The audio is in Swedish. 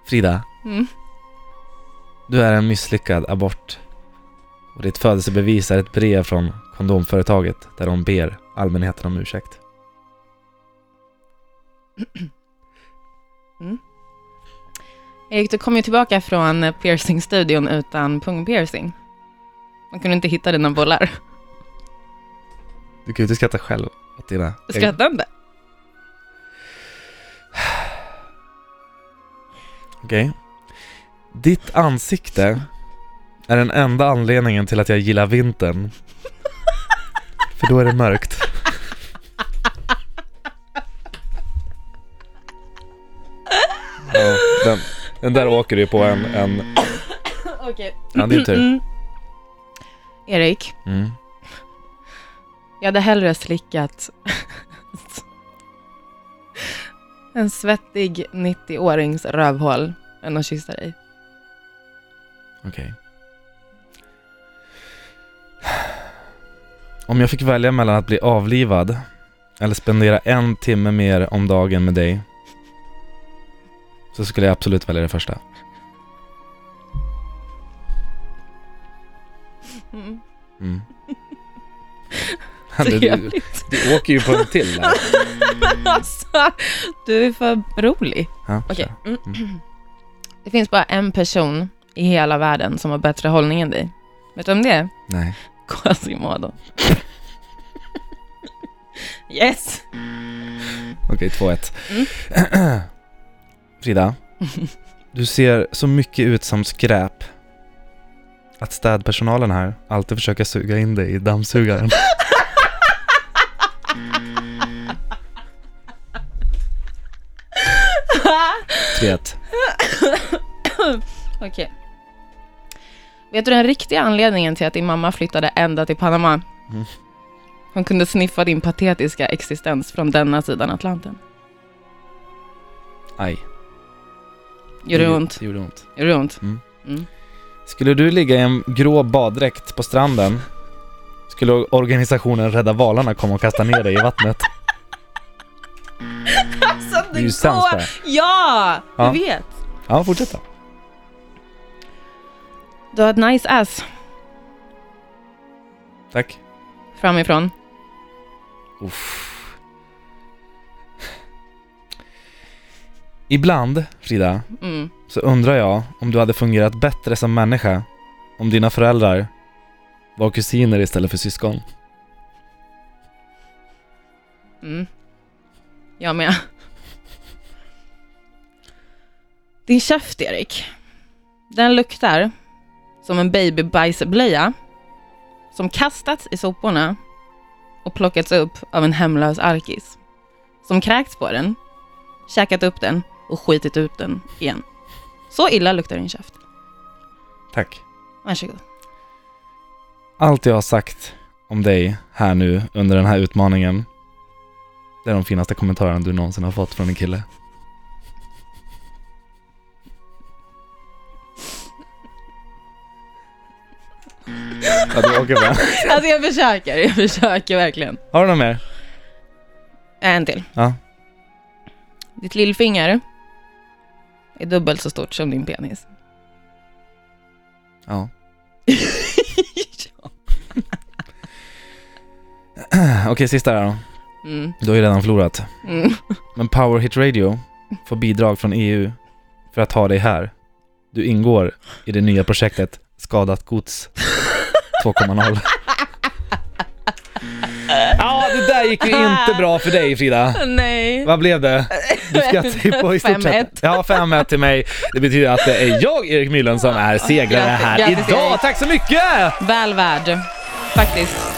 Frida. Du är en misslyckad abort. Och ditt födelsebevis är ett brev från kondomföretaget där de ber allmänheten om ursäkt. Erik, du kom ju tillbaka från piercingstudion utan pungpiercing. Man kunde inte hitta dina bollar. Du kan ju inte skratta själv åt dina... Skrattar inte? Okej. Ditt ansikte är den enda anledningen till att jag gillar vintern. För då är det mörkt. Ja, den där åker du på en... Okej. Ja, din tur. Erik. Jag hade hellre slickat en svettig 90-årings rövhål än att kyssa dig. Okej. Om jag fick välja mellan att bli avlivad eller spendera 1 timme mer om dagen med dig, så skulle jag absolut välja det första. Du åker ju på en till där. Alltså, du är för rolig. Ja, okej. Det finns bara en person i hela världen som har bättre hållning än dig. Vet du om det är? Nej. Quasimodo. Yes. Okej, 2-1. Frida, du ser så mycket ut som skräp att städpersonalen här alltid försöker suga in dig i dammsugaren. Okej. Vet du den riktiga anledningen till att din mamma flyttade ända till Panama? Hon kunde sniffa din patetiska existens från denna sidan Atlanten. Aj. Gjorde det ont? Det gjorde ont. Gjorde det ont? Skulle du ligga i en grå baddräkt på stranden, skulle organisationen Rädda valarna komma och kasta ner dig i vattnet. Alltså, det är ju sämst där. Ja, Ja, du vet. Ja, fortsätt då. Du har ett nice ass. Tack. Framifrån. Uff. Ibland, Frida, så undrar jag om du hade fungerat bättre som människa om dina föräldrar var kusiner istället för syskon. Jag med. Din käft, Erik. Den luktar som en babybajsblöja som kastats i soporna och plockats upp av en hemlös arkis. Som kräkts på den, käkat upp den och skitit ut den igen. Så illa luktar din käft. Tack. Varsågod. Allt jag har sagt om dig här nu under den här utmaningen, det är de finaste kommentarerna du någonsin har fått från en kille. Ja, du åker med. Alltså jag försöker verkligen. Har du något mer? En till. Ja. Ditt lillfinger är dubbelt så stort som din penis. Ja. Okej, sista där då. Du har ju redan förlorat. Men Power Hit Radio får bidrag från EU för att ha dig här. Du ingår i det nya projektet Skadat gods 2.0. Ja, det där gick ju inte bra för dig, Frida. Nej. Vad blev det? Du skrattar ju på i stort sett. Ja, 5-1 till mig. Det betyder att det är jag, Erik Mylund, som är segrare här idag. Tack så mycket! Väl värd, faktiskt.